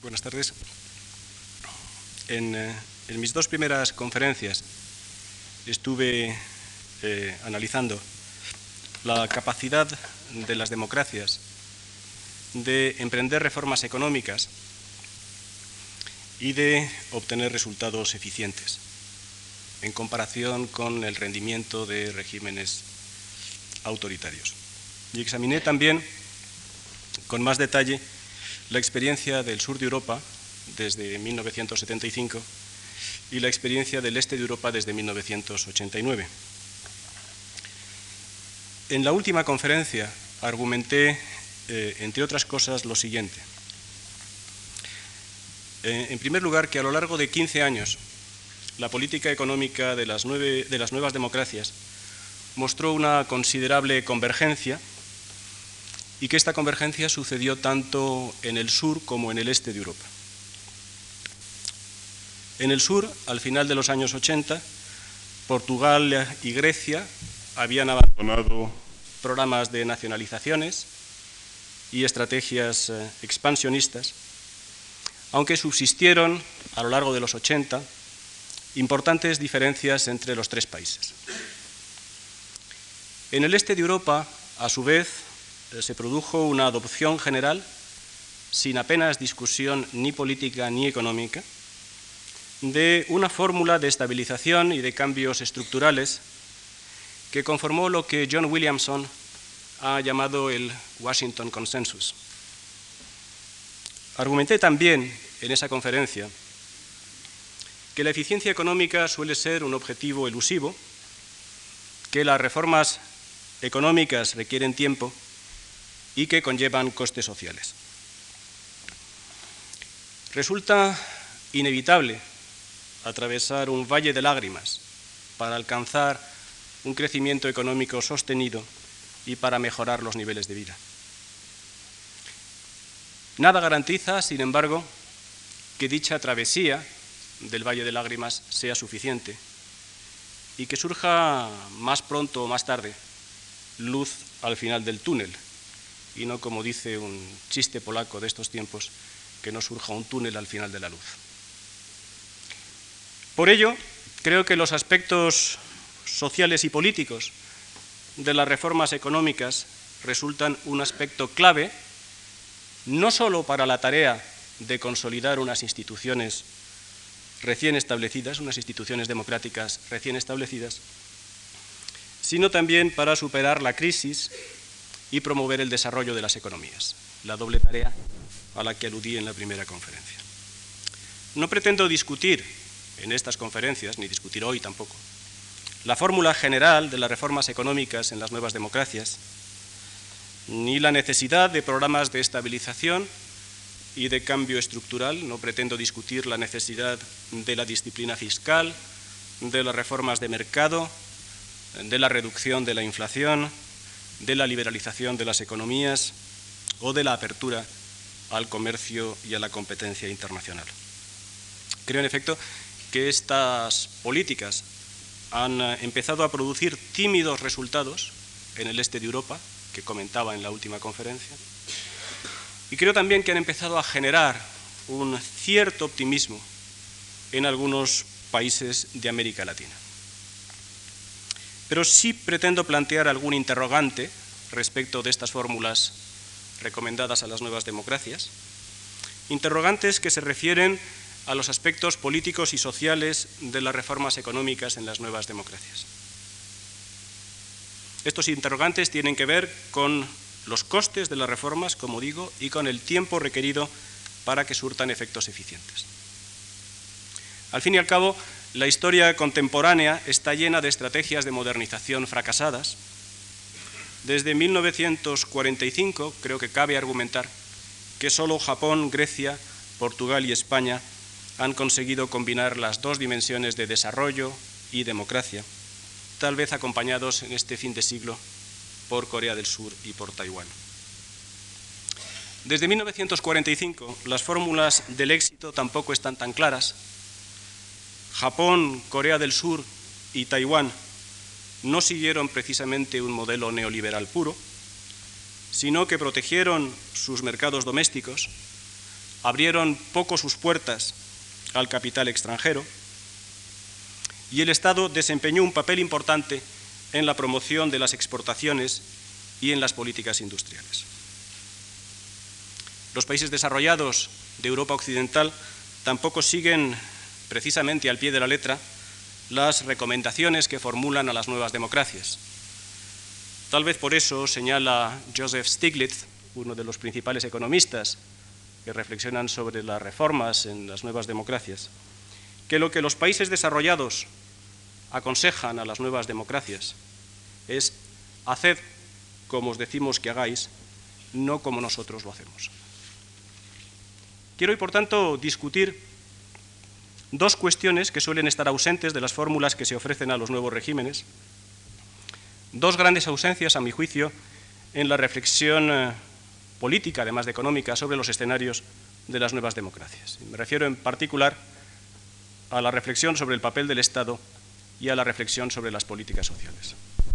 Buenas tardes. En mis dos primeras conferencias estuve analizando la capacidad de las democracias de emprender reformas económicas y de obtener resultados eficientes en comparación con el rendimiento de regímenes autoritarios. Y examiné también con más detalle la experiencia del sur de Europa desde 1975 y la experiencia del este de Europa desde 1989. En la última conferencia argumenté, entre otras cosas, lo siguiente. En primer lugar, que a lo largo de 15 años la política económica de las nuevas democracias mostró una considerable convergencia y que esta convergencia sucedió tanto en el sur como en el este de Europa. En el sur, al final de los años 80, Portugal y Grecia habían abandonado programas de nacionalizaciones y estrategias expansionistas, aunque subsistieron a lo largo de los 80 importantes diferencias entre los tres países. En el este de Europa, a su vez, se produjo una adopción general, sin apenas discusión ni política ni económica, de una fórmula de estabilización y de cambios estructurales que conformó lo que John Williamson ha llamado el Washington Consensus. Argumenté también en esa conferencia que la eficiencia económica suele ser un objetivo elusivo, que las reformas económicas requieren tiempo y que conllevan costes sociales. Resulta inevitable atravesar un valle de lágrimas para alcanzar un crecimiento económico sostenido y para mejorar los niveles de vida. Nada garantiza, sin embargo, que dicha travesía del valle de lágrimas sea suficiente y que surja más pronto o más tarde luz al final del túnel, y no, como dice un chiste polaco de estos tiempos, que no surja un túnel al final de la luz. Por ello, creo que los aspectos sociales y políticos de las reformas económicas resultan un aspecto clave, no solo para la tarea de consolidar unas instituciones recién establecidas, unas instituciones democráticas recién establecidas, sino también para superar la crisis y promover el desarrollo de las economías, la doble tarea a la que aludí en la primera conferencia. No pretendo discutir en estas conferencias, ni discutir hoy tampoco, la fórmula general de las reformas económicas en las nuevas democracias, ni la necesidad de programas de estabilización y de cambio estructural. No pretendo discutir la necesidad de la disciplina fiscal, de las reformas de mercado, de la reducción de la inflación, de la liberalización de las economías o de la apertura al comercio y a la competencia internacional. Creo, en efecto, que estas políticas han empezado a producir tímidos resultados en el este de Europa, que comentaba en la última conferencia, y creo también que han empezado a generar un cierto optimismo en algunos países de América Latina. Pero sí pretendo plantear algún interrogante respecto de estas fórmulas recomendadas a las nuevas democracias, interrogantes que se refieren a los aspectos políticos y sociales de las reformas económicas en las nuevas democracias. Estos interrogantes tienen que ver con los costes de las reformas, como digo, y con el tiempo requerido para que surtan efectos eficientes. Al fin y al cabo, la historia contemporánea está llena de estrategias de modernización fracasadas. Desde 1945 creo que cabe argumentar que solo Japón, Grecia, Portugal y España han conseguido combinar las dos dimensiones de desarrollo y democracia, tal vez acompañados en este fin de siglo por Corea del Sur y por Taiwán. Desde 1945 las fórmulas del éxito tampoco están tan claras. Japón, Corea del Sur y Taiwán no siguieron precisamente un modelo neoliberal puro, sino que protegieron sus mercados domésticos, abrieron poco sus puertas al capital extranjero y el Estado desempeñó un papel importante en la promoción de las exportaciones y en las políticas industriales. Los países desarrollados de Europa Occidental tampoco siguen precisamente al pie de la letra las recomendaciones que formulan a las nuevas democracias. Tal vez por eso señala Joseph Stiglitz, uno de los principales economistas que reflexionan sobre las reformas en las nuevas democracias, que lo que los países desarrollados aconsejan a las nuevas democracias es haced como os decimos que hagáis, no como nosotros lo hacemos. Quiero, y por tanto, discutir dos cuestiones que suelen estar ausentes de las fórmulas que se ofrecen a los nuevos regímenes, dos grandes ausencias, a mi juicio, en la reflexión política, además de económica, sobre los escenarios de las nuevas democracias. Me refiero en particular a la reflexión sobre el papel del Estado y a la reflexión sobre las políticas sociales.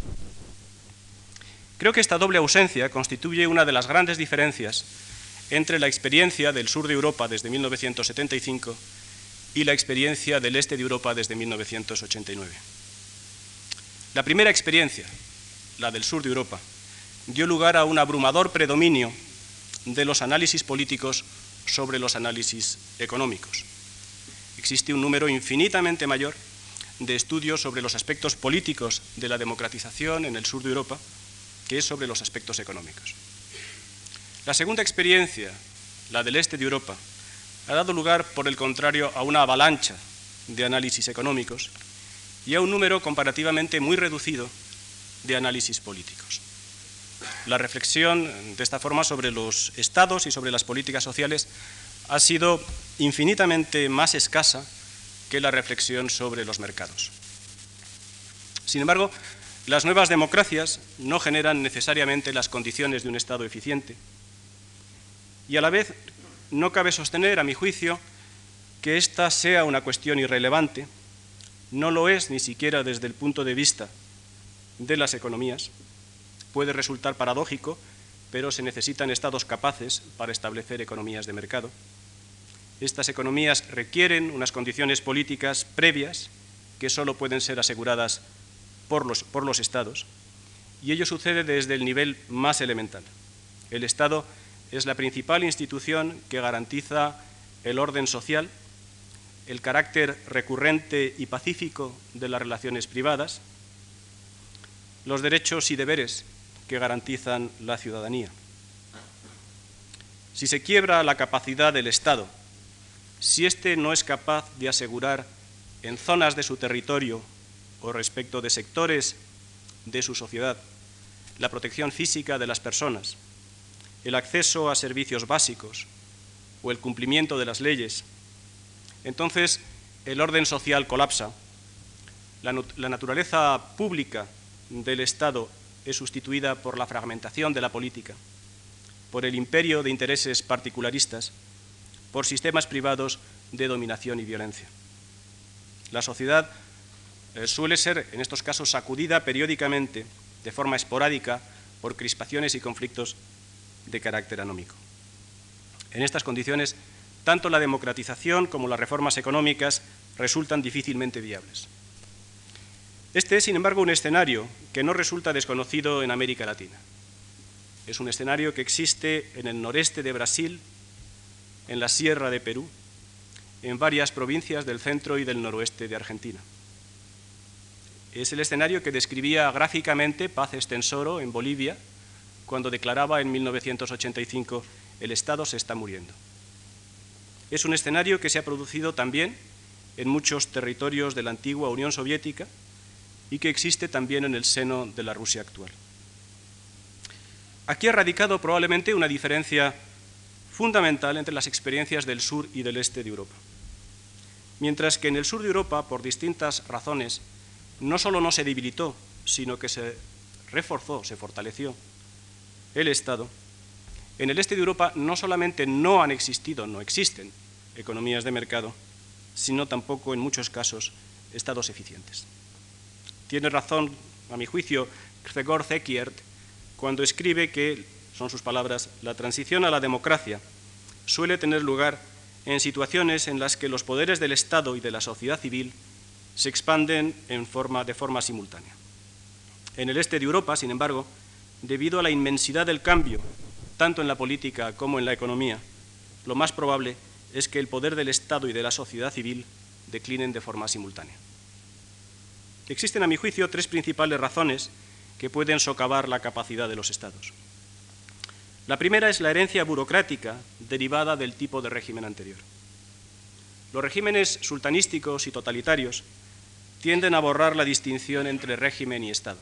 Creo que esta doble ausencia constituye una de las grandes diferencias entre la experiencia del sur de Europa desde 1975 y la experiencia del este de Europa desde 1989. La primera experiencia, la del sur de Europa, dio lugar a un abrumador predominio de los análisis políticos sobre los análisis económicos. Existe un número infinitamente mayor de estudios sobre los aspectos políticos de la democratización en el sur de Europa que es sobre los aspectos económicos. La segunda experiencia, la del este de Europa, ha dado lugar, por el contrario, a una avalancha de análisis económicos y a un número comparativamente muy reducido de análisis políticos. La reflexión de esta forma sobre los estados y sobre las políticas sociales ha sido infinitamente más escasa que la reflexión sobre los mercados. Sin embargo, las nuevas democracias no generan necesariamente las condiciones de un Estado eficiente y a la vez no cabe sostener, a mi juicio, que esta sea una cuestión irrelevante, no lo es ni siquiera desde el punto de vista de las economías. Puede resultar paradójico, pero se necesitan estados capaces para establecer economías de mercado. Estas economías requieren unas condiciones políticas previas que solo pueden ser aseguradas por los estados, y ello sucede desde el nivel más elemental. El Estado es la principal institución que garantiza el orden social, el carácter recurrente y pacífico de las relaciones privadas, los derechos y deberes que garantizan la ciudadanía. Si se quiebra la capacidad del Estado, si éste no es capaz de asegurar en zonas de su territorio o respecto de sectores de su sociedad la protección física de las personas, el acceso a servicios básicos o el cumplimiento de las leyes, entonces el orden social colapsa, la naturaleza pública del Estado es sustituida por la fragmentación de la política, por el imperio de intereses particularistas, por sistemas privados de dominación y violencia. La sociedad suele ser, en estos casos, sacudida periódicamente, de forma esporádica, por crispaciones y conflictos de carácter anómico. En estas condiciones, tanto la democratización como las reformas económicas resultan difícilmente viables. Este es, sin embargo, un escenario que no resulta desconocido en América Latina. Es un escenario que existe en el noreste de Brasil, en la sierra de Perú, en varias provincias del centro y del noroeste de Argentina. Es el escenario que describía gráficamente Paz Estensoro en Bolivia, cuando declaraba en 1985: el Estado se está muriendo. Es un escenario que se ha producido también en muchos territorios de la antigua Unión Soviética y que existe también en el seno de la Rusia actual. Aquí ha radicado probablemente una diferencia fundamental entre las experiencias del sur y del este de Europa. Mientras que en el sur de Europa, por distintas razones, no solo no se debilitó, sino que se reforzó, se fortaleció el Estado, en el este de Europa no solamente no han existido, no existen economías de mercado, sino tampoco, en muchos casos, estados eficientes. Tiene razón, a mi juicio, Grzegorz Ekiert, cuando escribe que, son sus palabras, la transición a la democracia suele tener lugar en situaciones en las que los poderes del Estado y de la sociedad civil se expanden de forma simultánea. En el este de Europa, sin embargo, debido a la inmensidad del cambio, tanto en la política como en la economía, lo más probable es que el poder del Estado y de la sociedad civil declinen de forma simultánea. Existen, a mi juicio, tres principales razones que pueden socavar la capacidad de los Estados. La primera es la herencia burocrática derivada del tipo de régimen anterior. Los regímenes sultanísticos y totalitarios tienden a borrar la distinción entre régimen y Estado.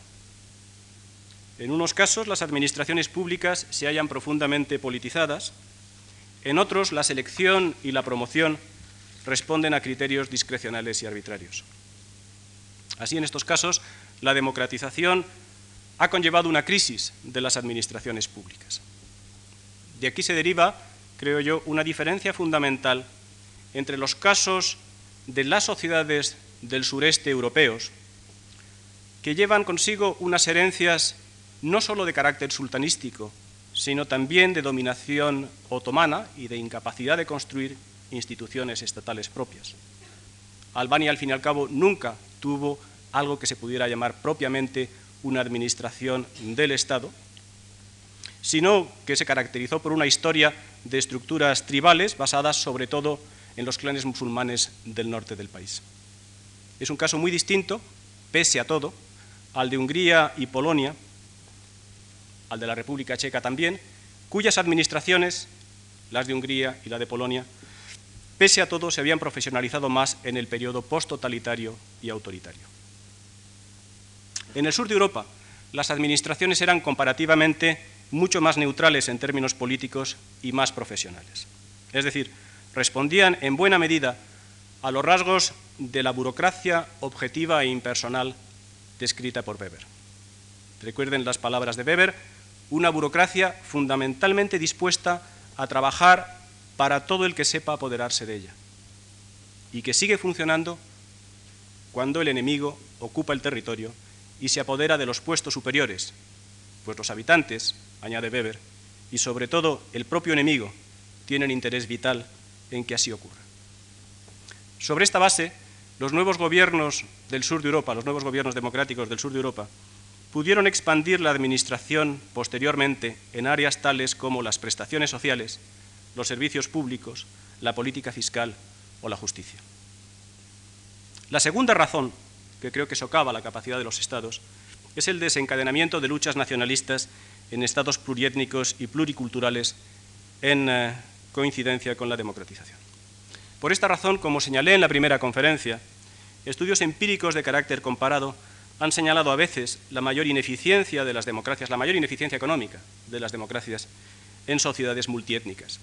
En unos casos, las administraciones públicas se hallan profundamente politizadas, en otros, la selección y la promoción responden a criterios discrecionales y arbitrarios. Así, en estos casos, la democratización ha conllevado una crisis de las administraciones públicas. De aquí se deriva, creo yo, una diferencia fundamental entre los casos de las sociedades del sureste europeos, que llevan consigo unas herencias no solo de carácter sultanístico, sino también de dominación otomana y de incapacidad de construir instituciones estatales propias. Albania, al fin y al cabo, nunca tuvo algo que se pudiera llamar propiamente una administración del Estado, sino que se caracterizó por una historia de estructuras tribales basadas sobre todo en los clanes musulmanes del norte del país. Es un caso muy distinto, pese a todo, al de Hungría y Polonia, al de la República Checa también, cuyas administraciones, las de Hungría y la de Polonia, pese a todo se habían profesionalizado más en el periodo posttotalitario y autoritario. En el sur de Europa, las administraciones eran comparativamente mucho más neutrales en términos políticos y más profesionales. Es decir, respondían en buena medida a los rasgos de la burocracia objetiva e impersonal descrita por Weber. Recuerden las palabras de Weber: una burocracia fundamentalmente dispuesta a trabajar para todo el que sepa apoderarse de ella y que sigue funcionando cuando el enemigo ocupa el territorio y se apodera de los puestos superiores, pues los habitantes, añade Weber, y sobre todo el propio enemigo, tienen interés vital en que así ocurra. Sobre esta base, los nuevos gobiernos del sur de Europa, los nuevos gobiernos democráticos del sur de Europa, pudieron expandir la administración posteriormente en áreas tales como las prestaciones sociales, los servicios públicos, la política fiscal o la justicia. La segunda razón que creo que socava la capacidad de los Estados es el desencadenamiento de luchas nacionalistas en Estados pluriétnicos y pluriculturales en coincidencia con la democratización. Por esta razón, como señalé en la primera conferencia, estudios empíricos de carácter comparado han señalado a veces la mayor ineficiencia de las democracias, la mayor ineficiencia económica de las democracias en sociedades multiétnicas.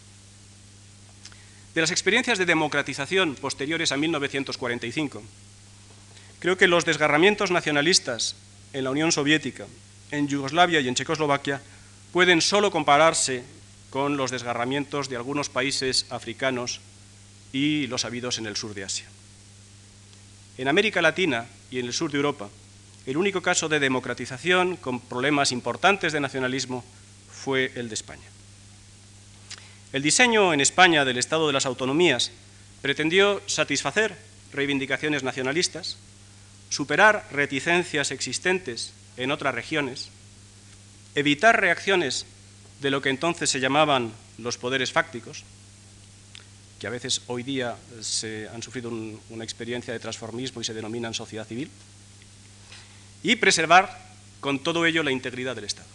De las experiencias de democratización posteriores a 1945, creo que los desgarramientos nacionalistas en la Unión Soviética, en Yugoslavia y en Checoslovaquia pueden solo compararse con los desgarramientos de algunos países africanos y los habidos en el sur de Asia. En América Latina y en el sur de Europa, el único caso de democratización con problemas importantes de nacionalismo fue el de España. El diseño en España del Estado de las Autonomías pretendió satisfacer reivindicaciones nacionalistas, superar reticencias existentes en otras regiones, evitar reacciones de lo que entonces se llamaban los poderes fácticos, que a veces hoy día han sufrido una experiencia de transformismo y se denominan sociedad civil, y preservar con todo ello la integridad del Estado.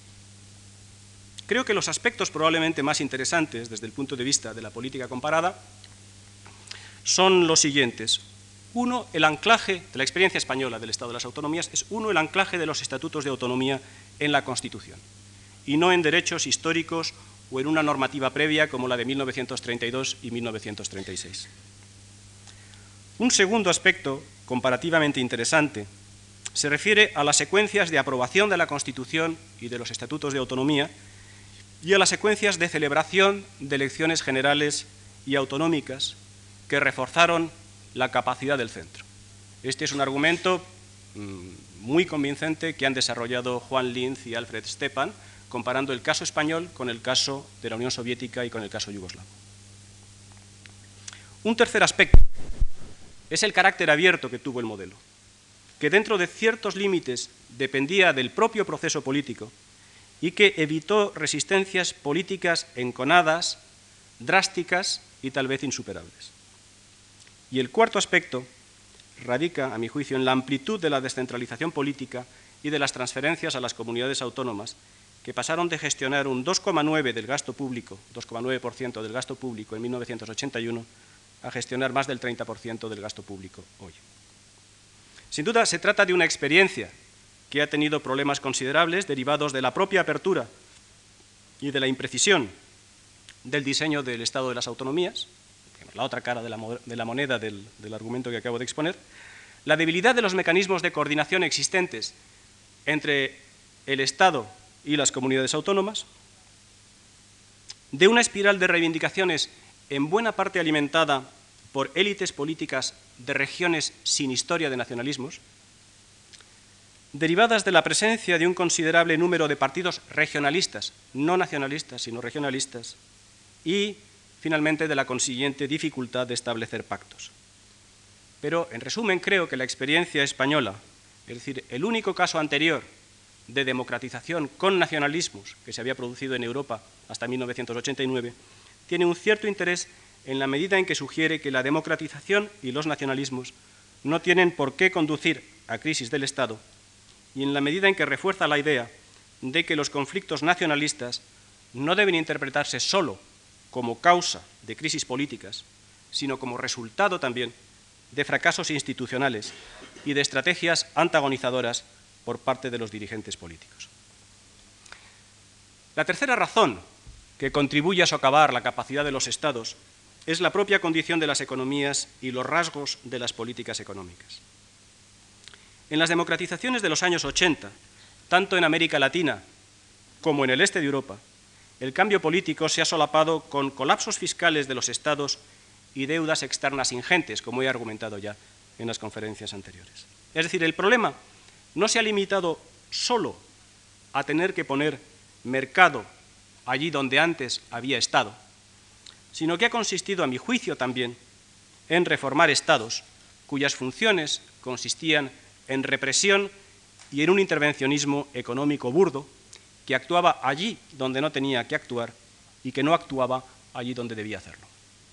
Creo que los aspectos probablemente más interesantes desde el punto de vista de la política comparada son los siguientes. Uno, el anclaje de la experiencia española del Estado de las Autonomías es el anclaje de los estatutos de autonomía en la Constitución y no en derechos históricos o en una normativa previa como la de 1932 y 1936. Un segundo aspecto comparativamente interesante se refiere a las secuencias de aprobación de la Constitución y de los estatutos de autonomía y a las secuencias de celebración de elecciones generales y autonómicas que reforzaron la capacidad del centro. Este es un argumento muy convincente que han desarrollado Juan Linz y Alfred Stepan comparando el caso español con el caso de la Unión Soviética y con el caso yugoslavo. Un tercer aspecto es el carácter abierto que tuvo el modelo, que dentro de ciertos límites dependía del propio proceso político y que evitó resistencias políticas enconadas, drásticas y tal vez insuperables. Y el cuarto aspecto radica, a mi juicio, en la amplitud de la descentralización política y de las transferencias a las comunidades autónomas, que pasaron de gestionar un 2,9% del gasto público, 2,9% del gasto público en 1981, a gestionar más del 30% del gasto público hoy. Sin duda, se trata de una experiencia que ha tenido problemas considerables derivados de la propia apertura y de la imprecisión del diseño del Estado de las autonomías, la otra cara de la moneda del argumento que acabo de exponer, la debilidad de los mecanismos de coordinación existentes entre el Estado y las comunidades autónomas, de una espiral de reivindicaciones en buena parte alimentada por élites políticas de regiones sin historia de nacionalismos, derivadas de la presencia de un considerable número de partidos regionalistas, no nacionalistas, sino regionalistas, y, finalmente, de la consiguiente dificultad de establecer pactos. Pero, en resumen, creo que la experiencia española, es decir, el único caso anterior de democratización con nacionalismos que se había producido en Europa hasta 1989, tiene un cierto interés en la medida en que sugiere que la democratización y los nacionalismos no tienen por qué conducir a crisis del Estado, y en la medida en que refuerza la idea de que los conflictos nacionalistas no deben interpretarse solo como causa de crisis políticas, sino como resultado también de fracasos institucionales y de estrategias antagonizadoras por parte de los dirigentes políticos. La tercera razón que contribuye a socavar la capacidad de los Estados es la propia condición de las economías y los rasgos de las políticas económicas. En las democratizaciones de los años 80, tanto en América Latina como en el este de Europa, el cambio político se ha solapado con colapsos fiscales de los Estados y deudas externas ingentes, como he argumentado ya en las conferencias anteriores. Es decir, el problema no se ha limitado solo a tener que poner mercado allí donde antes había Estado, sino que ha consistido, a mi juicio también, en reformar Estados cuyas funciones consistían en represión y en un intervencionismo económico burdo que actuaba allí donde no tenía que actuar y que no actuaba allí donde debía hacerlo.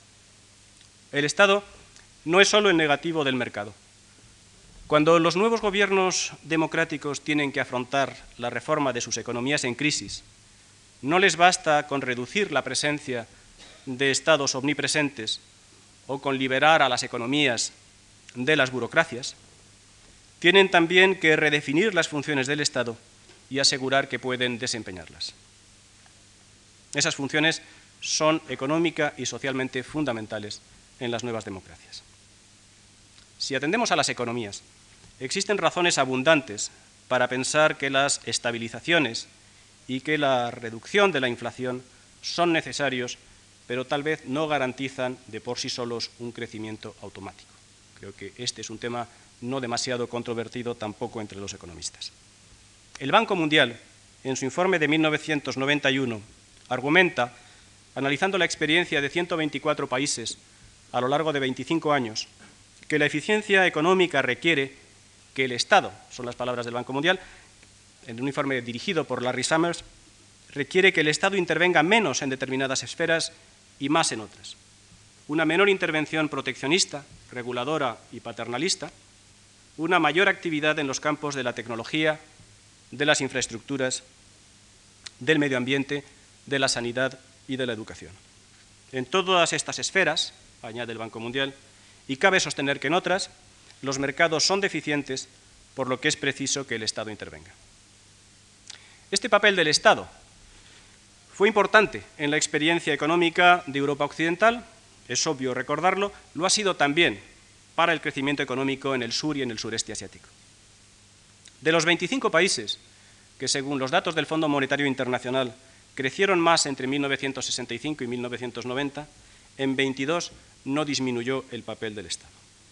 El Estado no es solo el negativo del mercado. Cuando los nuevos gobiernos democráticos tienen que afrontar la reforma de sus economías en crisis, no les basta con reducir la presencia de estados omnipresentes o con liberar a las economías de las burocracias, tienen también que redefinir las funciones del Estado y asegurar que pueden desempeñarlas. Esas funciones son económica y socialmente fundamentales en las nuevas democracias. Si atendemos a las economías, existen razones abundantes para pensar que las estabilizaciones y que la reducción de la inflación son necesarios, pero tal vez no garantizan de por sí solos un crecimiento automático. Creo que este es un tema no demasiado controvertido tampoco entre los economistas. El Banco Mundial, en su informe de 1991, argumenta, analizando la experiencia de 124 países a lo largo de 25 años, que la eficiencia económica requiere que el Estado, son las palabras del Banco Mundial, en un informe dirigido por Larry Summers, requiere que el Estado intervenga menos en determinadas esferas y más en otras. Una menor intervención proteccionista, reguladora y paternalista, una mayor actividad en los campos de la tecnología, de las infraestructuras, del medio ambiente, de la sanidad y de la educación. En todas estas esferas, añade el Banco Mundial, y cabe sostener que en otras, los mercados son deficientes, por lo que es preciso que el Estado intervenga. Este papel del Estado fue importante en la experiencia económica de Europa Occidental, es obvio recordarlo, lo ha sido también para el crecimiento económico en el sur y en el sureste asiático. De los 25 países que, según los datos del Fondo Monetario Internacional, crecieron más entre 1965 y 1990, en 22 no disminuyó el papel del Estado.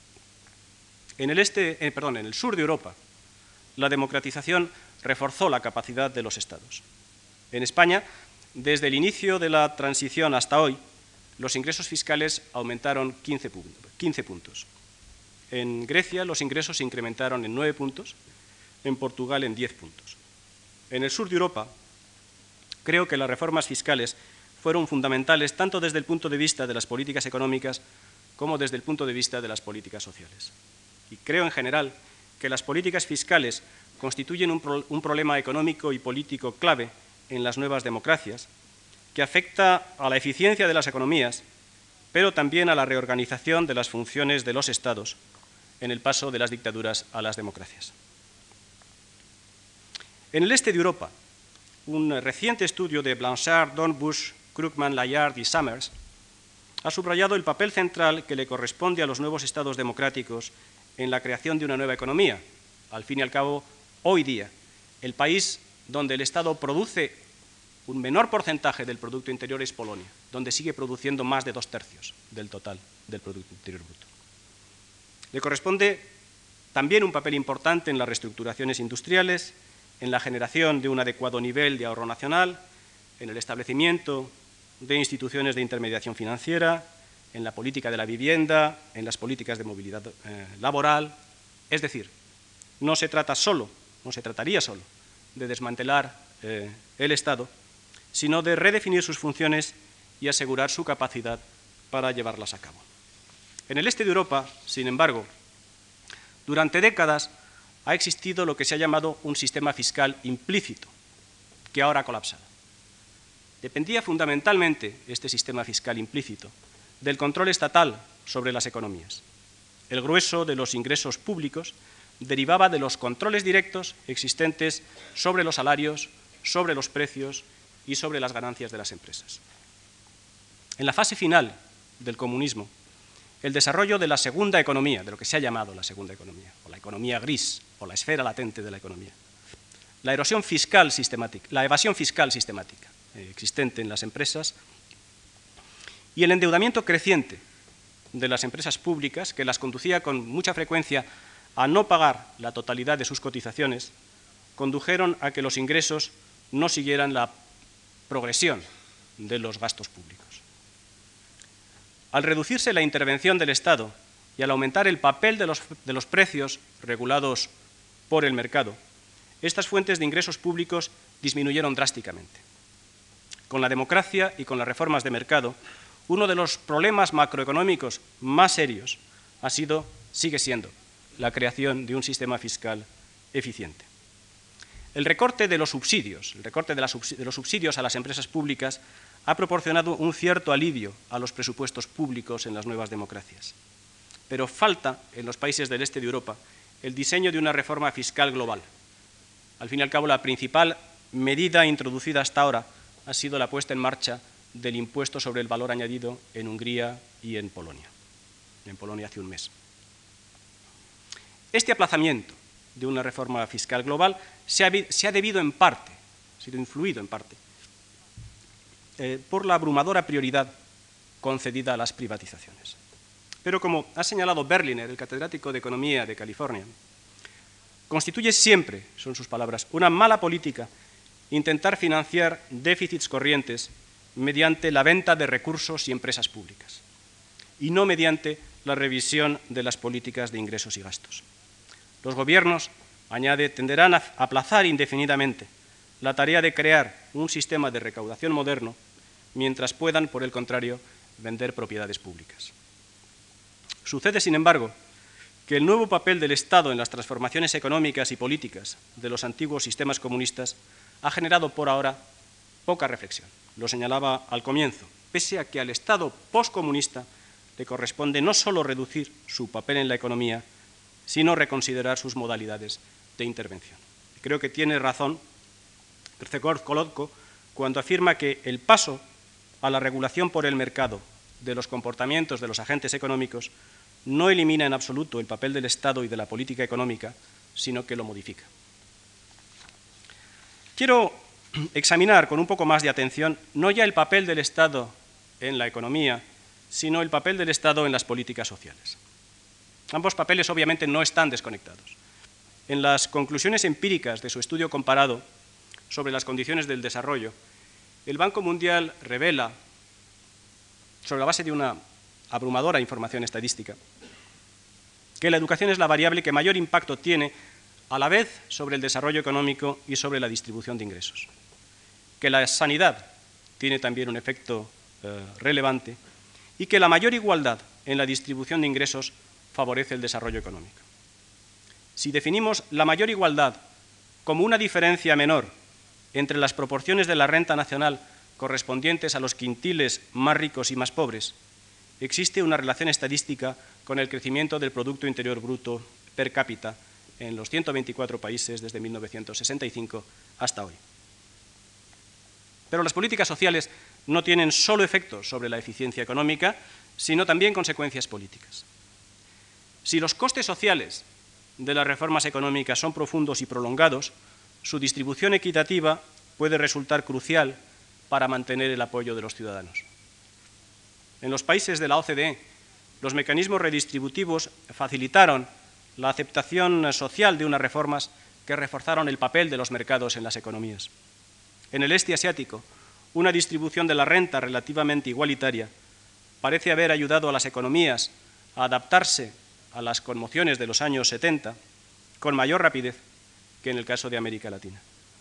En el sur de Europa, la democratización reforzó la capacidad de los Estados. En España, desde el inicio de la transición hasta hoy, los ingresos fiscales aumentaron 15 puntos. En Grecia los ingresos se incrementaron en 9 puntos, en Portugal en 10 puntos. En el sur de Europa, creo que las reformas fiscales fueron fundamentales tanto desde el punto de vista de las políticas económicas como desde el punto de vista de las políticas sociales. Y creo en general que las políticas fiscales constituyen un problema económico y político clave en las nuevas democracias, que afecta a la eficiencia de las economías, pero también a la reorganización de las funciones de los Estados en el paso de las dictaduras a las democracias. En el este de Europa, un reciente estudio de Blanchard, Dornbusch, Krugman, Layard y Summers ha subrayado el papel central que le corresponde a los nuevos estados democráticos en la creación de una nueva economía. Al fin y al cabo, hoy día, el país donde el Estado produce un menor porcentaje del Producto Interior es Polonia, donde sigue produciendo más de 2/3 del total del Producto Interior Bruto. Le corresponde también un papel importante en las reestructuraciones industriales, en la generación de un adecuado nivel de ahorro nacional, en el establecimiento de instituciones de intermediación financiera, en la política de la vivienda, en las políticas de movilidad laboral. Es decir, no se trataría solo de desmantelar el Estado, sino de redefinir sus funciones y asegurar su capacidad para llevarlas a cabo. En el este de Europa, sin embargo, durante décadas ha existido lo que se ha llamado un sistema fiscal implícito, que ahora ha colapsado. Dependía fundamentalmente este sistema fiscal implícito del control estatal sobre las economías. El grueso de los ingresos públicos derivaba de los controles directos existentes sobre los salarios, sobre los precios y sobre las ganancias de las empresas. En la fase final del comunismo, el desarrollo de la segunda economía, de lo que se ha llamado la segunda economía, o la economía gris, o la esfera latente de la economía, la evasión fiscal sistemática existente en las empresas y el endeudamiento creciente de las empresas públicas, que las conducía con mucha frecuencia a no pagar la totalidad de sus cotizaciones, condujeron a que los ingresos no siguieran la progresión de los gastos públicos. Al reducirse la intervención del Estado y al aumentar el papel de los precios regulados por el mercado, estas fuentes de ingresos públicos disminuyeron drásticamente. Con la democracia y con las reformas de mercado, uno de los problemas macroeconómicos más serios sigue siendo la creación de un sistema fiscal eficiente. El recorte de los subsidios, a las empresas públicas ha proporcionado un cierto alivio a los presupuestos públicos en las nuevas democracias. Pero falta, en los países del este de Europa, el diseño de una reforma fiscal global. Al fin y al cabo, la principal medida introducida hasta ahora ha sido la puesta en marcha del impuesto sobre el valor añadido en Hungría y en Polonia. En Polonia hace un mes. Este aplazamiento de una reforma fiscal global se ha debido en parte, ha sido influido en parte, por la abrumadora prioridad concedida a las privatizaciones. Pero como ha señalado Berliner, el catedrático de Economía de California, constituye siempre, son sus palabras, una mala política intentar financiar déficits corrientes mediante la venta de recursos y empresas públicas, y no mediante la revisión de las políticas de ingresos y gastos. Los gobiernos, añade, tenderán a aplazar indefinidamente la tarea de crear un sistema de recaudación moderno, mientras puedan, por el contrario, vender propiedades públicas. Sucede, sin embargo, que el nuevo papel del Estado en las transformaciones económicas y políticas de los antiguos sistemas comunistas ha generado por ahora poca reflexión. Lo señalaba al comienzo, pese a que al Estado postcomunista le corresponde no solo reducir su papel en la economía, sino reconsiderar sus modalidades de intervención. Creo que tiene razón Grzegorz Kolodko cuando afirma que el paso a la regulación por el mercado de los comportamientos de los agentes económicos no elimina en absoluto el papel del Estado y de la política económica, sino que lo modifica. Quiero examinar con un poco más de atención no ya el papel del Estado en la economía, sino el papel del Estado en las políticas sociales. Ambos papeles obviamente no están desconectados. En las conclusiones empíricas de su estudio comparado, sobre las condiciones del desarrollo, el Banco Mundial revela, sobre la base de una abrumadora información estadística, que la educación es la variable que mayor impacto tiene a la vez sobre el desarrollo económico y sobre la distribución de ingresos, que la sanidad tiene también un efecto relevante y que la mayor igualdad en la distribución de ingresos favorece el desarrollo económico. Si definimos la mayor igualdad como una diferencia menor entre las proporciones de la renta nacional correspondientes a los quintiles más ricos y más pobres, existe una relación estadística con el crecimiento del Producto Interior Bruto per cápita en los 124 países desde 1965 hasta hoy. Pero las políticas sociales no tienen solo efectos sobre la eficiencia económica, sino también consecuencias políticas. Si los costes sociales de las reformas económicas son profundos y prolongados, su distribución equitativa puede resultar crucial para mantener el apoyo de los ciudadanos. En los países de la OCDE, los mecanismos redistributivos facilitaron la aceptación social de unas reformas que reforzaron el papel de los mercados en las economías. En el este asiático, una distribución de la renta relativamente igualitaria parece haber ayudado a las economías a adaptarse a las conmociones de los años 70 con mayor rapidez que en el caso de América Latina.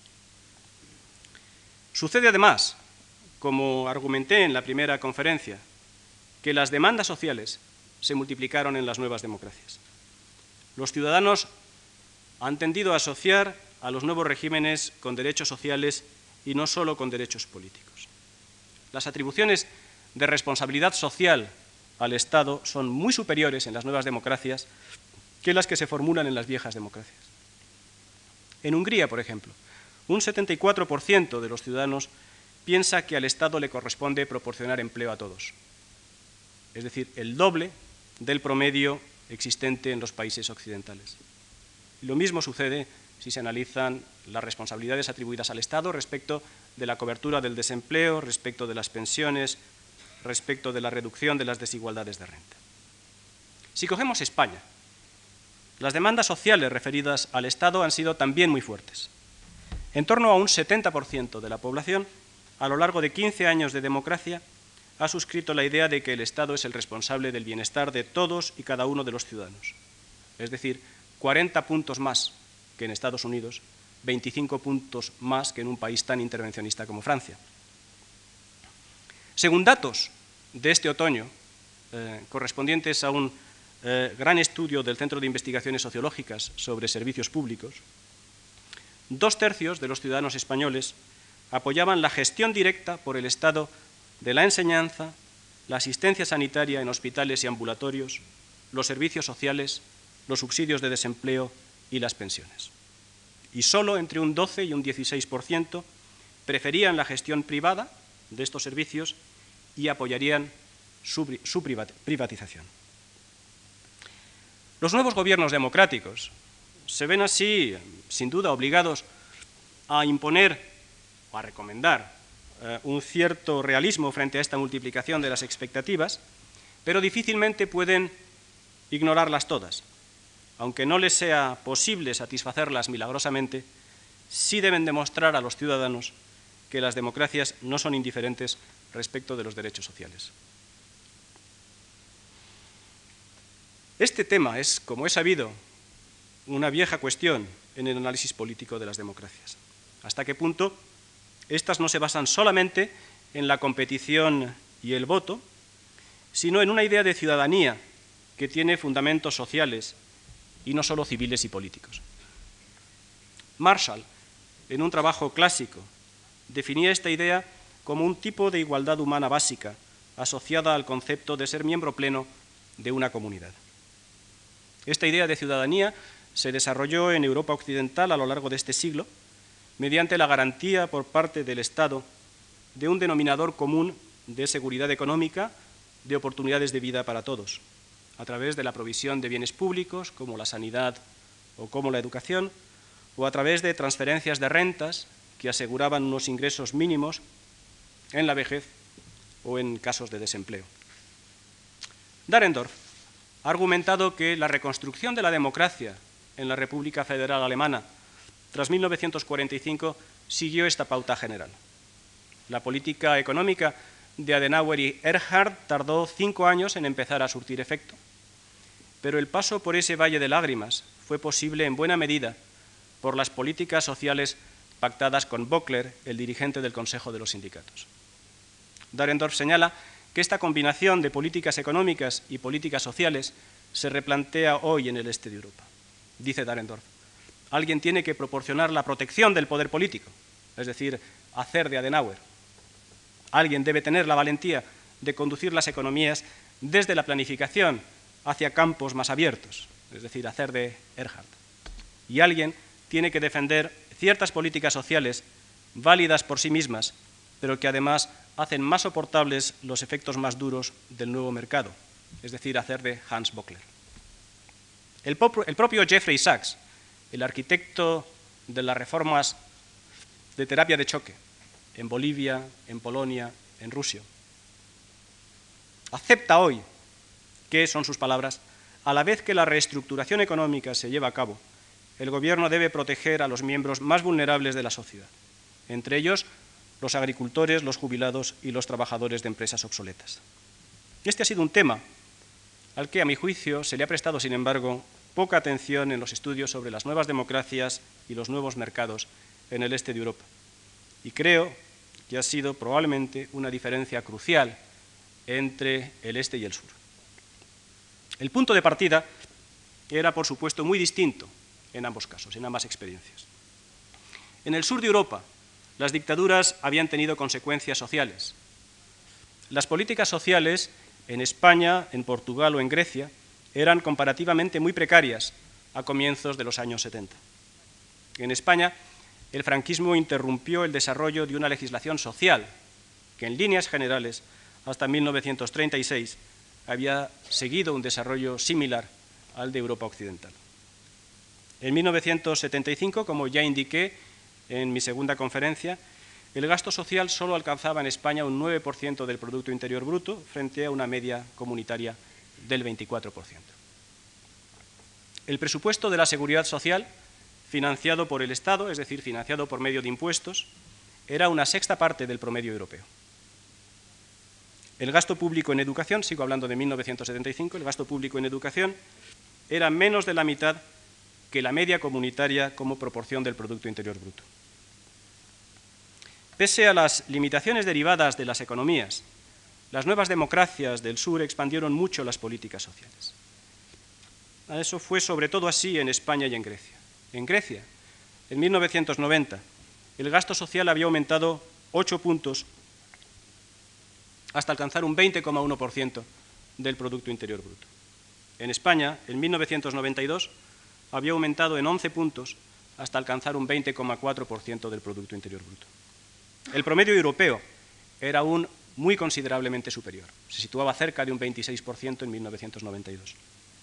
Sucede además, como argumenté en la primera conferencia, que las demandas sociales se multiplicaron en las nuevas democracias. Los ciudadanos han tendido a asociar a los nuevos regímenes con derechos sociales y no solo con derechos políticos. Las atribuciones de responsabilidad social al Estado son muy superiores en las nuevas democracias que las que se formulan en las viejas democracias. En Hungría, por ejemplo, un 74% de los ciudadanos piensa que al Estado le corresponde proporcionar empleo a todos, es decir, el doble del promedio existente en los países occidentales. Y lo mismo sucede si se analizan las responsabilidades atribuidas al Estado respecto de la cobertura del desempleo, respecto de las pensiones, respecto de la reducción de las desigualdades de renta. Si cogemos España, las demandas sociales referidas al Estado han sido también muy fuertes. En torno a un 70% de la población, a lo largo de 15 años de democracia, ha suscrito la idea de que el Estado es el responsable del bienestar de todos y cada uno de los ciudadanos. Es decir, 40 puntos más que en Estados Unidos, 25 puntos más que en un país tan intervencionista como Francia. Según datos de este otoño, correspondientes a un gran estudio del Centro de Investigaciones Sociológicas sobre Servicios Públicos, 2/3 de los ciudadanos españoles apoyaban la gestión directa por el Estado de la enseñanza, la asistencia sanitaria en hospitales y ambulatorios, los servicios sociales, los subsidios de desempleo y las pensiones. Y solo entre un 12 y un 16% preferían la gestión privada de estos servicios y apoyarían su privatización. Los nuevos gobiernos democráticos se ven así, sin duda, obligados a imponer o a recomendar un cierto realismo frente a esta multiplicación de las expectativas, pero difícilmente pueden ignorarlas todas. Aunque no les sea posible satisfacerlas milagrosamente, sí deben demostrar a los ciudadanos que las democracias no son indiferentes respecto de los derechos sociales. Este tema es, como es sabido, una vieja cuestión en el análisis político de las democracias. ¿Hasta qué punto estas no se basan solamente en la competición y el voto, sino en una idea de ciudadanía que tiene fundamentos sociales y no solo civiles y políticos? Marshall, en un trabajo clásico, definía esta idea como un tipo de igualdad humana básica asociada al concepto de ser miembro pleno de una comunidad. Esta idea de ciudadanía se desarrolló en Europa occidental a lo largo de este siglo mediante la garantía por parte del Estado de un denominador común de seguridad económica, de oportunidades de vida para todos, a través de la provisión de bienes públicos como la sanidad o como la educación, o a través de transferencias de rentas que aseguraban unos ingresos mínimos en la vejez o en casos de desempleo. Dahrendorf ha argumentado que la reconstrucción de la democracia en la República Federal Alemana tras 1945 siguió esta pauta general. La política económica de Adenauer y Erhard tardó 5 años en empezar a surtir efecto, pero el paso por ese valle de lágrimas fue posible en buena medida por las políticas sociales pactadas con Böckler, el dirigente del Consejo de los Sindicatos. Dahrendorf señala que esta combinación de políticas económicas y políticas sociales se replantea hoy en el este de Europa. Dice Dahrendorf, alguien tiene que proporcionar la protección del poder político, es decir, hacer de Adenauer. Alguien debe tener la valentía de conducir las economías desde la planificación hacia campos más abiertos, es decir, hacer de Erhard. Y alguien tiene que defender ciertas políticas sociales válidas por sí mismas, pero que además hacen más soportables los efectos más duros del nuevo mercado, es decir, hacer de Hans Böckler. El propio Jeffrey Sachs, el arquitecto de las reformas de terapia de choque en Bolivia, en Polonia, en Rusia, acepta hoy que, son sus palabras, a la vez que la reestructuración económica se lleva a cabo, el gobierno debe proteger a los miembros más vulnerables de la sociedad, entre ellos los agricultores, los jubilados y los trabajadores de empresas obsoletas. Este ha sido un tema al que, a mi juicio, se le ha prestado, sin embargo, poca atención en los estudios sobre las nuevas democracias y los nuevos mercados en el este de Europa. Y creo que ha sido probablemente una diferencia crucial entre el este y el sur. El punto de partida era, por supuesto, muy distinto en ambos casos, en ambas experiencias. En el sur de Europa, las dictaduras habían tenido consecuencias sociales. Las políticas sociales en España, en Portugal o en Grecia eran comparativamente muy precarias a comienzos de los años 70. En España, el franquismo interrumpió el desarrollo de una legislación social que, en líneas generales, hasta 1936, había seguido un desarrollo similar al de Europa occidental. En 1975, como ya indiqué en mi segunda conferencia, el gasto social solo alcanzaba en España un 9% del Producto Interior Bruto frente a una media comunitaria del 24%. El presupuesto de la Seguridad Social, financiado por el Estado, es decir, financiado por medio de impuestos, era una sexta parte del promedio europeo. El gasto público en educación, sigo hablando de 1975, el gasto público en educación era menos de la mitad que la media comunitaria como proporción del Producto Interior Bruto. Pese a las limitaciones derivadas de las economías, las nuevas democracias del sur expandieron mucho las políticas sociales. Eso fue sobre todo así en España y en Grecia. En Grecia, en 1990, el gasto social había aumentado 8 puntos hasta alcanzar un 20,1% del Producto Interior Bruto. En España, en 1992, había aumentado en 11 puntos hasta alcanzar un 20,4% del Producto Interior Bruto. El promedio europeo era aún muy considerablemente superior. Se situaba cerca de un 26% en 1992.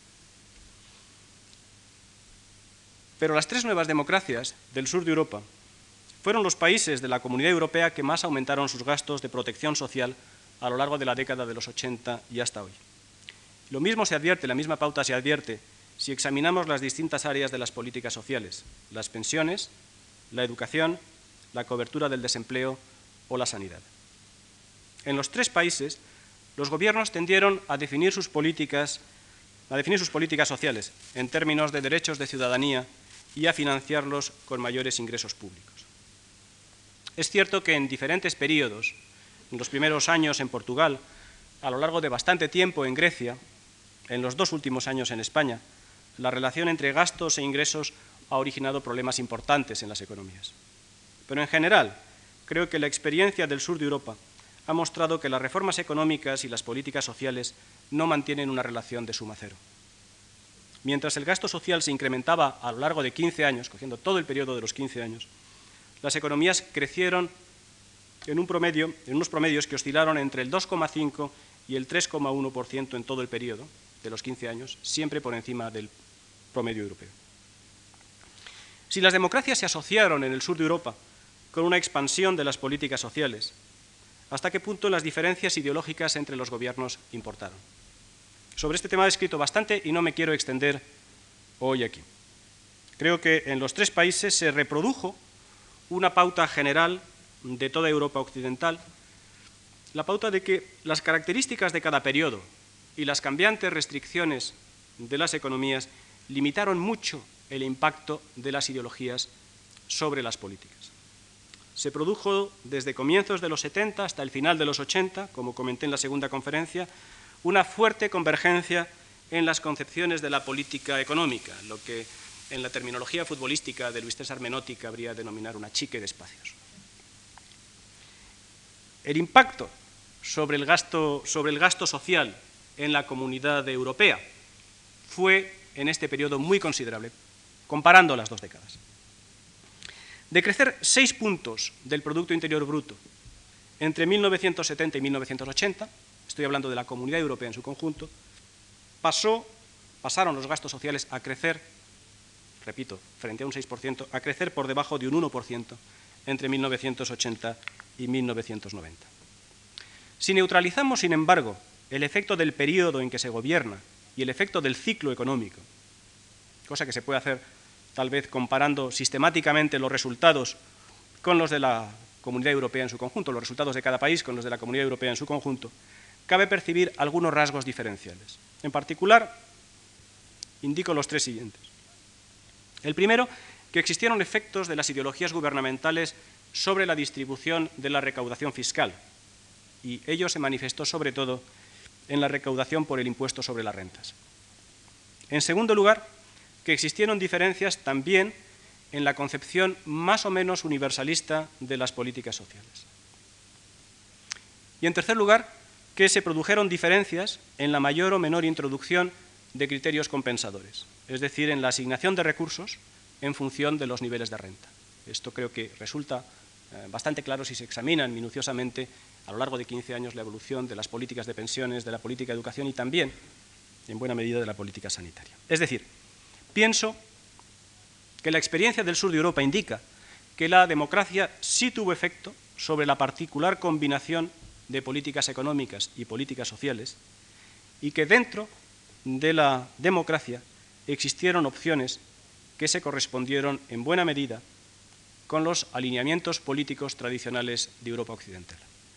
Pero las 3 nuevas democracias del sur de Europa fueron los países de la Comunidad Europea que más aumentaron sus gastos de protección social a lo largo de la década de los 80 y hasta hoy. Lo mismo se advierte, la misma pauta se advierte si examinamos las distintas áreas de las políticas sociales, las pensiones, la educación, la cobertura del desempleo o la sanidad. En los 3 países, los gobiernos tendieron a definir sus políticas sociales en términos de derechos de ciudadanía y a financiarlos con mayores ingresos públicos. Es cierto que en diferentes periodos, en los primeros años en Portugal, a lo largo de bastante tiempo en Grecia, en los 2 últimos años en España, la relación entre gastos e ingresos ha originado problemas importantes en las economías. Pero en general, creo que la experiencia del sur de Europa ha mostrado que las reformas económicas y las políticas sociales no mantienen una relación de suma cero. Mientras el gasto social se incrementaba a lo largo de 15 años, cogiendo todo el periodo de los 15 años, las economías crecieron en unos promedios que oscilaron entre el 2,5 y el 3,1% en todo el periodo de los 15 años, siempre por encima del promedio europeo. Si las democracias se asociaron en el sur de Europa con una expansión de las políticas sociales, ¿hasta qué punto las diferencias ideológicas entre los gobiernos importaron? Sobre este tema he escrito bastante y no me quiero extender hoy aquí. Creo que en los 3 países se reprodujo una pauta general de toda Europa occidental, la pauta de que las características de cada periodo y las cambiantes restricciones de las economías limitaron mucho el impacto de las ideologías sobre las políticas. Se produjo desde comienzos de los 70 hasta el final de los 80, como comenté en la segunda conferencia, una fuerte convergencia en las concepciones de la política económica, lo que en la terminología futbolística de Luis César Menotti cabría denominar una chique de espacios. El impacto sobre el gasto social en la comunidad europea fue en este periodo muy considerable, comparando las dos décadas. De crecer 6 puntos del Producto Interior Bruto entre 1970 y 1980, estoy hablando de la Comunidad Europea en su conjunto, pasaron los gastos sociales a crecer, repito, frente a un 6%, a crecer por debajo de un 1% entre 1980 y 1990. Si neutralizamos, sin embargo, el efecto del periodo en que se gobierna y el efecto del ciclo económico, cosa que se puede hacer tal vez comparando sistemáticamente los resultados con los de la Comunidad Europea en su conjunto, los resultados de cada país con los de la Comunidad Europea en su conjunto, cabe percibir algunos rasgos diferenciales. En particular, indico los 3 siguientes. El primero, que existieron efectos de las ideologías gubernamentales sobre la distribución de la recaudación fiscal, y ello se manifestó sobre todo en la recaudación por el impuesto sobre las rentas. En segundo lugar, que existieron diferencias también en la concepción más o menos universalista de las políticas sociales. Y en tercer lugar, que se produjeron diferencias en la mayor o menor introducción de criterios compensadores, es decir, en la asignación de recursos en función de los niveles de renta. Esto creo que resulta bastante claro si se examinan minuciosamente a lo largo de 15 años la evolución de las políticas de pensiones, de la política de educación y también, en buena medida, de la política sanitaria. Es decir, pienso que la experiencia del sur de Europa indica que la democracia sí tuvo efecto sobre la particular combinación de políticas económicas y políticas sociales y que dentro de la democracia existieron opciones que se correspondieron en buena medida con los alineamientos políticos tradicionales de Europa occidental.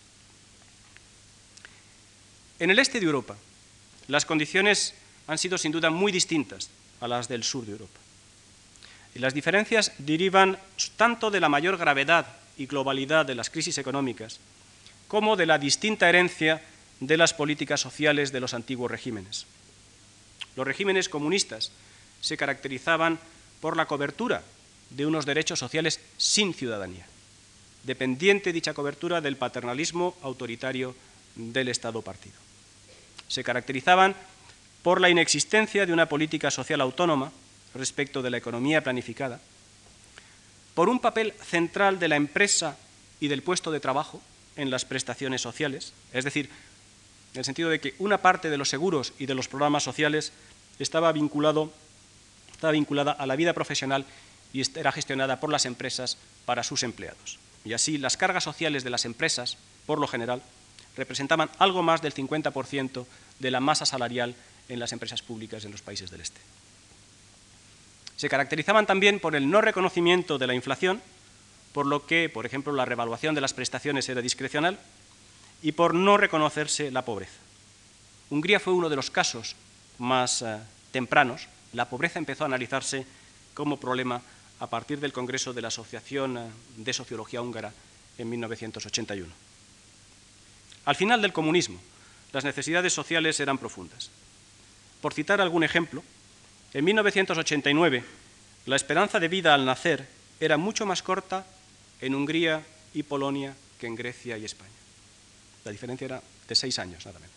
En el este de Europa, las condiciones han sido sin duda muy distintas a las del sur de Europa. Y las diferencias derivan tanto de la mayor gravedad y globalidad de las crisis económicas como de la distinta herencia de las políticas sociales de los antiguos regímenes. Los regímenes comunistas se caracterizaban por la cobertura de unos derechos sociales sin ciudadanía, dependiente dicha cobertura del paternalismo autoritario del Estado-partido. Se caracterizaban por la inexistencia de una política social autónoma respecto de la economía planificada, por un papel central de la empresa y del puesto de trabajo en las prestaciones sociales, es decir, en el sentido de que una parte de los seguros y de los programas sociales estaba vinculada a la vida profesional y era gestionada por las empresas para sus empleados. Y así las cargas sociales de las empresas, por lo general, representaban algo más del 50% de la masa salarial en las empresas públicas en los países del este. Se caracterizaban también por el no reconocimiento de la inflación, por lo que, por ejemplo, la revaluación de las prestaciones era discrecional, y por no reconocerse la pobreza. Hungría fue uno de los casos más tempranos. La pobreza empezó a analizarse como problema a partir del Congreso de la Asociación de Sociología Húngara en 1981. Al final del comunismo, las necesidades sociales eran profundas. Por citar algún ejemplo, en 1989 la esperanza de vida al nacer era mucho más corta en Hungría y Polonia que en Grecia y España. La diferencia era de 6 años, nada menos.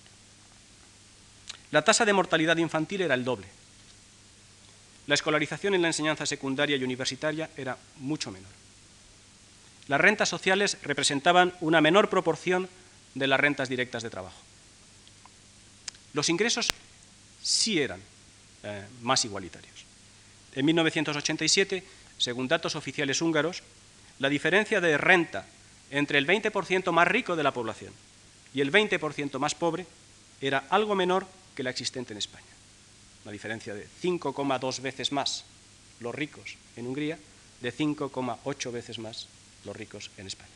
La tasa de mortalidad infantil era el doble. La escolarización en la enseñanza secundaria y universitaria era mucho menor. Las rentas sociales representaban una menor proporción de las rentas directas de trabajo. Los ingresos sí eran más igualitarios. En 1987, según datos oficiales húngaros, la diferencia de renta entre el 20% más rico de la población y el 20% más pobre era algo menor que la existente en España. Una diferencia de 5,2 veces más los ricos en Hungría, de 5,8 veces más los ricos en España.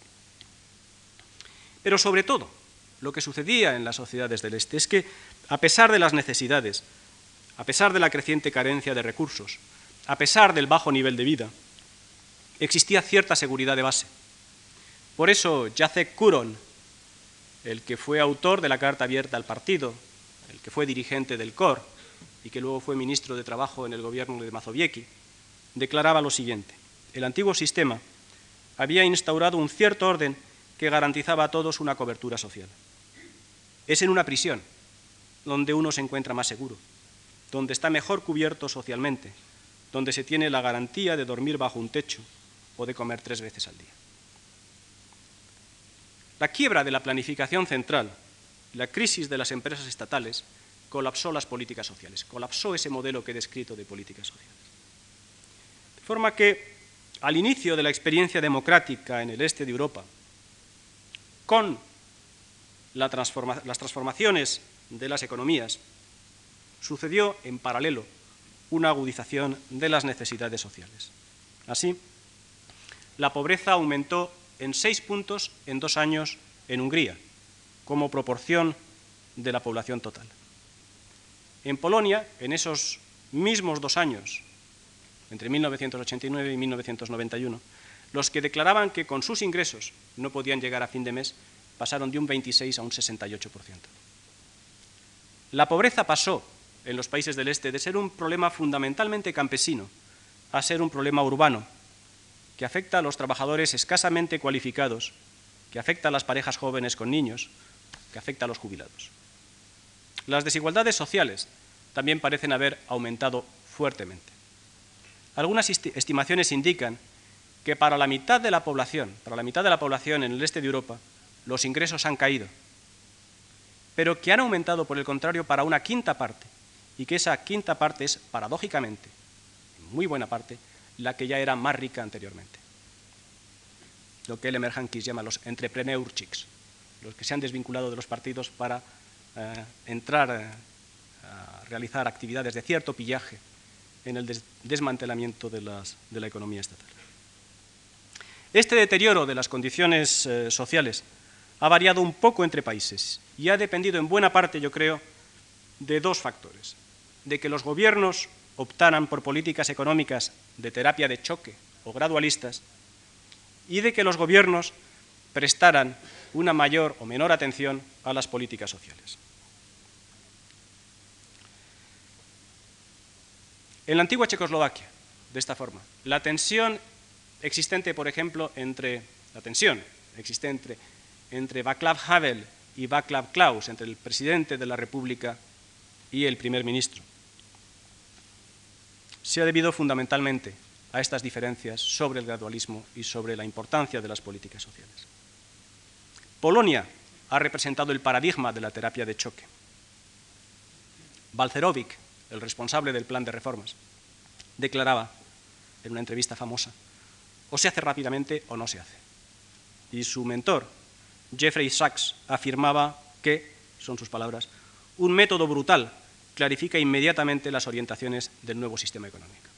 Pero sobre todo, lo que sucedía en las sociedades del Este es que, a pesar de las necesidades, a pesar de la creciente carencia de recursos, a pesar del bajo nivel de vida, existía cierta seguridad de base. Por eso, Jacek Kuron, el que fue autor de la Carta Abierta al Partido, el que fue dirigente del COR y que luego fue ministro de Trabajo en el gobierno de Mazowiecki, declaraba lo siguiente: el antiguo sistema había instaurado un cierto orden que garantizaba a todos una cobertura social. Es en una prisión donde uno se encuentra más seguro, donde está mejor cubierto socialmente, donde se tiene la garantía de dormir bajo un techo o de comer 3 veces al día. La quiebra de la planificación central, la crisis de las empresas estatales, colapsó las políticas sociales, colapsó ese modelo que he descrito de políticas sociales. De forma que, al inicio de la experiencia democrática en el este de Europa, con las transformaciones de las economías, sucedió en paralelo una agudización de las necesidades sociales. Así, la pobreza aumentó en 6 puntos en 2 años en Hungría, como proporción de la población total. En Polonia, en esos mismos 2 años, entre 1989 y 1991, los que declaraban que con sus ingresos no podían llegar a fin de mes pasaron de un 26 a un 68%. La pobreza pasó en los países del Este de ser un problema fundamentalmente campesino a ser un problema urbano, que afecta a los trabajadores escasamente cualificados, que afecta a las parejas jóvenes con niños, que afecta a los jubilados. Las desigualdades sociales también parecen haber aumentado fuertemente. Algunas estimaciones indican que para la mitad de la población en el este de Europa, los ingresos han caído, pero que han aumentado, por el contrario, para una quinta parte, y que esa quinta parte es, paradójicamente, en muy buena parte, la que ya era más rica anteriormente. Lo que Elmer Hankis llama los entrepreneurchiks, los que se han desvinculado de los partidos para entrar a realizar actividades de cierto pillaje en el desmantelamiento de la economía estatal. Este deterioro de las condiciones sociales ha variado un poco entre países y ha dependido en buena parte, yo creo, de 2 factores: de que los gobiernos optaran por políticas económicas de terapia de choque o gradualistas, y de que los gobiernos prestaran una mayor o menor atención a las políticas sociales. En la antigua Checoslovaquia, de esta forma, la tensión existente, por ejemplo, entre Václav Havel y Václav Klaus, entre el presidente de la República y el primer ministro, se ha debido fundamentalmente a estas diferencias sobre el gradualismo y sobre la importancia de las políticas sociales. Polonia ha representado el paradigma de la terapia de choque. Balcerowicz, el responsable del plan de reformas, declaraba en una entrevista famosa: o se hace rápidamente o no se hace. Y su mentor, Jeffrey Sachs, afirmaba que, son sus palabras, un método brutal clarifica inmediatamente las orientaciones del nuevo sistema económico.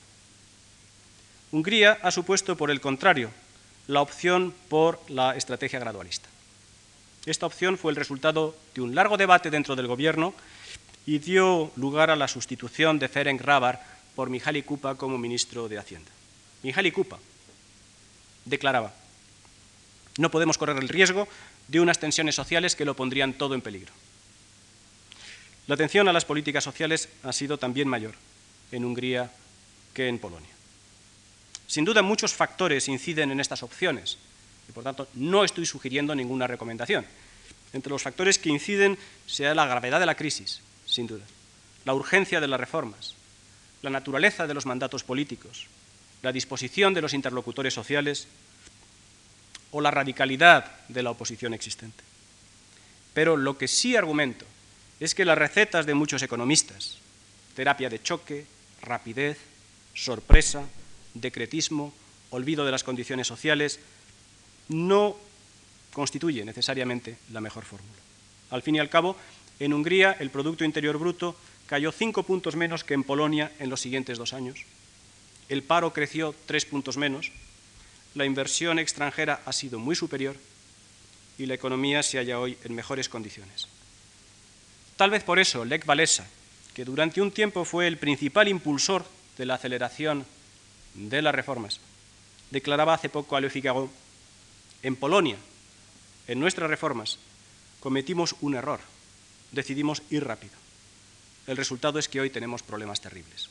Hungría ha supuesto, por el contrario, la opción por la estrategia gradualista. Esta opción fue el resultado de un largo debate dentro del gobierno y dio lugar a la sustitución de Ferenc Hrábar por Mihály Kupa como ministro de Hacienda. Mihály Kupa declaraba: no podemos correr el riesgo de unas tensiones sociales que lo pondrían todo en peligro. La atención a las políticas sociales ha sido también mayor en Hungría que en Polonia. Sin duda, muchos factores inciden en estas opciones y, por tanto, no estoy sugiriendo ninguna recomendación. Entre los factores que inciden se da la gravedad de la crisis, sin duda, la urgencia de las reformas, la naturaleza de los mandatos políticos, la disposición de los interlocutores sociales o la radicalidad de la oposición existente. Pero lo que sí argumento es que las recetas de muchos economistas, terapia de choque, rapidez, sorpresa, decretismo, olvido de las condiciones sociales, no constituye necesariamente la mejor fórmula. Al fin y al cabo, en Hungría el Producto Interior Bruto cayó 5 puntos menos que en Polonia en los siguientes 2 años, el paro creció 3 puntos menos, la inversión extranjera ha sido muy superior y la economía se halla hoy en mejores condiciones. Tal vez por eso Lech Walesa, que durante un tiempo fue el principal impulsor de la aceleración de las reformas, declaraba hace poco a Le Figaro: en Polonia, en nuestras reformas, cometimos un error, decidimos ir rápido. El resultado es que hoy tenemos problemas terribles.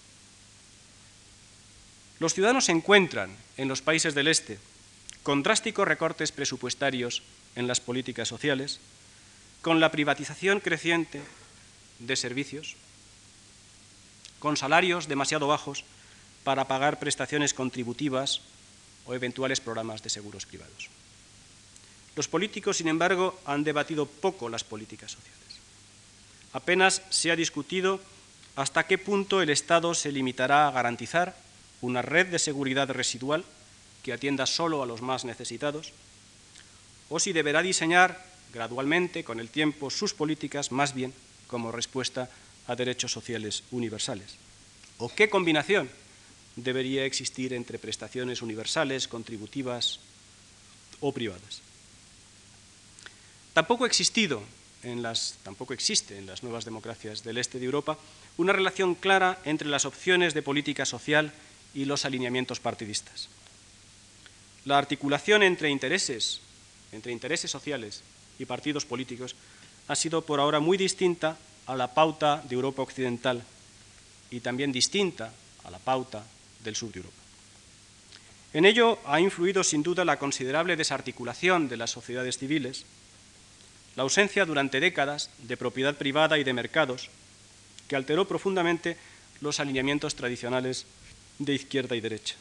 Los ciudadanos se encuentran en los países del Este con drásticos recortes presupuestarios en las políticas sociales, con la privatización creciente de servicios, con salarios demasiado bajos para pagar prestaciones contributivas o eventuales programas de seguros privados. Los políticos, sin embargo, han debatido poco las políticas sociales. Apenas se ha discutido hasta qué punto el Estado se limitará a garantizar una red de seguridad residual que atienda solo a los más necesitados, o si deberá diseñar gradualmente, con el tiempo, sus políticas más bien como respuesta a derechos sociales universales. O qué combinación debería existir entre prestaciones universales, contributivas o privadas. Tampoco existe en las nuevas democracias del este de Europa una relación clara entre las opciones de política social y los alineamientos partidistas. La articulación entre intereses sociales y partidos políticos ha sido por ahora muy distinta a la pauta de Europa occidental y también distinta a la pauta del sur de Europa. En ello ha influido sin duda la considerable desarticulación de las sociedades civiles, la ausencia durante décadas de propiedad privada y de mercados, que alteró profundamente los alineamientos tradicionales de izquierda y derecha.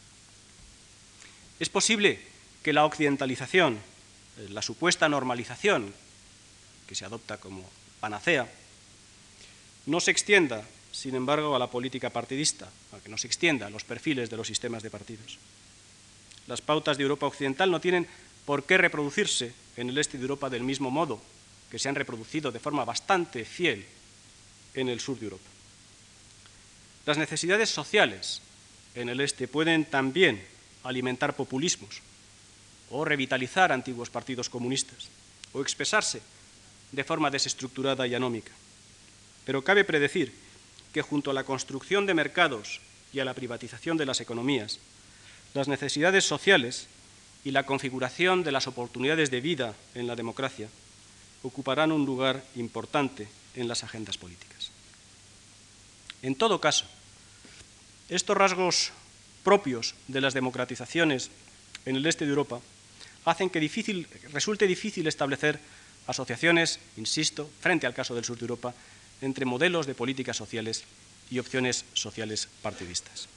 Es posible que la occidentalización, la supuesta normalización que se adopta como panacea, no se extienda, sin embargo, a la política partidista, a que no se extienda a los perfiles de los sistemas de partidos. Las pautas de Europa occidental no tienen por qué reproducirse en el este de Europa del mismo modo que se han reproducido de forma bastante fiel en el sur de Europa. Las necesidades sociales en el este pueden también alimentar populismos o revitalizar antiguos partidos comunistas o expresarse de forma desestructurada y anómica. Pero cabe predecir que junto a la construcción de mercados y a la privatización de las economías, las necesidades sociales y la configuración de las oportunidades de vida en la democracia ocuparán un lugar importante en las agendas políticas. En todo caso, estos rasgos propios de las democratizaciones en el este de Europa hacen que resulte difícil establecer asociaciones, insisto, frente al caso del sur de Europa, entre modelos de políticas sociales y opciones sociales partidistas.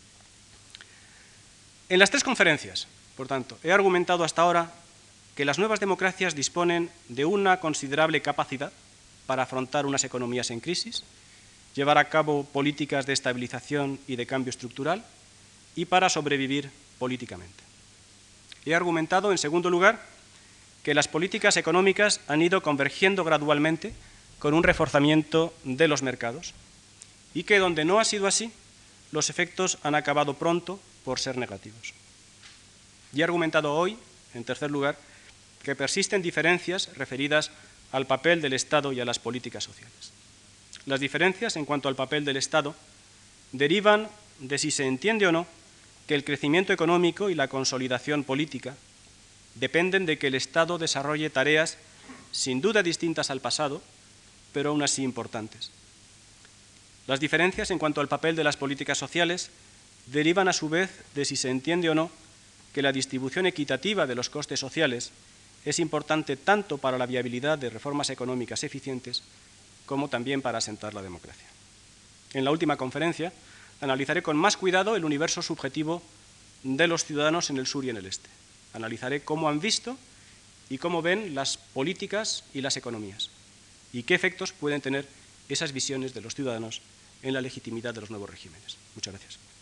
En las tres conferencias, por tanto, he argumentado hasta ahora que las nuevas democracias disponen de una considerable capacidad para afrontar unas economías en crisis, llevar a cabo políticas de estabilización y de cambio estructural y para sobrevivir políticamente. He argumentado, en segundo lugar, que las políticas económicas han ido convergiendo gradualmente con un reforzamiento de los mercados y que donde no ha sido así, los efectos han acabado pronto por ser negativos. Y he argumentado hoy, en tercer lugar, que persisten diferencias referidas al papel del Estado y a las políticas sociales. Las diferencias en cuanto al papel del Estado derivan de si se entiende o no que el crecimiento económico y la consolidación política dependen de que el Estado desarrolle tareas sin duda distintas al pasado, pero aún así importantes. Las diferencias en cuanto al papel de las políticas sociales derivan a su vez de si se entiende o no que la distribución equitativa de los costes sociales es importante tanto para la viabilidad de reformas económicas eficientes como también para asentar la democracia. En la última conferencia analizaré con más cuidado el universo subjetivo de los ciudadanos en el sur y en el este. Analizaré cómo han visto y cómo ven las políticas y las economías y qué efectos pueden tener esas visiones de los ciudadanos en la legitimidad de los nuevos regímenes. Muchas gracias.